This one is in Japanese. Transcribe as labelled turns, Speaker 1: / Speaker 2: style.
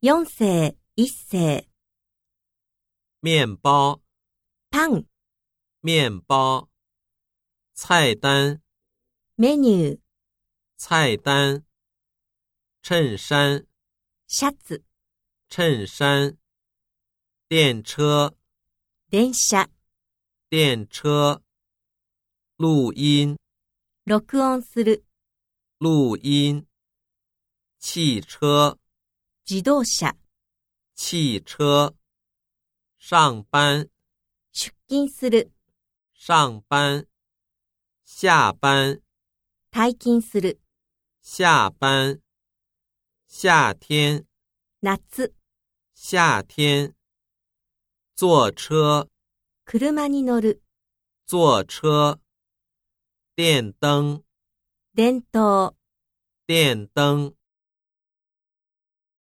Speaker 1: 4世、1世。
Speaker 2: 面包、
Speaker 1: パン、
Speaker 2: 面包。菜单、
Speaker 1: メニュー、
Speaker 2: 菜单。衬衫、
Speaker 1: シャツ、
Speaker 2: 衬衫。电车、
Speaker 1: 電車、
Speaker 2: 电车。录音、
Speaker 1: 録音する、
Speaker 2: 录音。汽车、
Speaker 1: 自動車、
Speaker 2: 汽车。上班、
Speaker 1: 出勤する、
Speaker 2: 上班。下班、
Speaker 1: 退勤する、
Speaker 2: 下班。夏天、
Speaker 1: 夏、
Speaker 2: 夏天。坐车、
Speaker 1: 車に乗る、
Speaker 2: 坐车。电灯、
Speaker 1: 電灯。
Speaker 2: 电灯。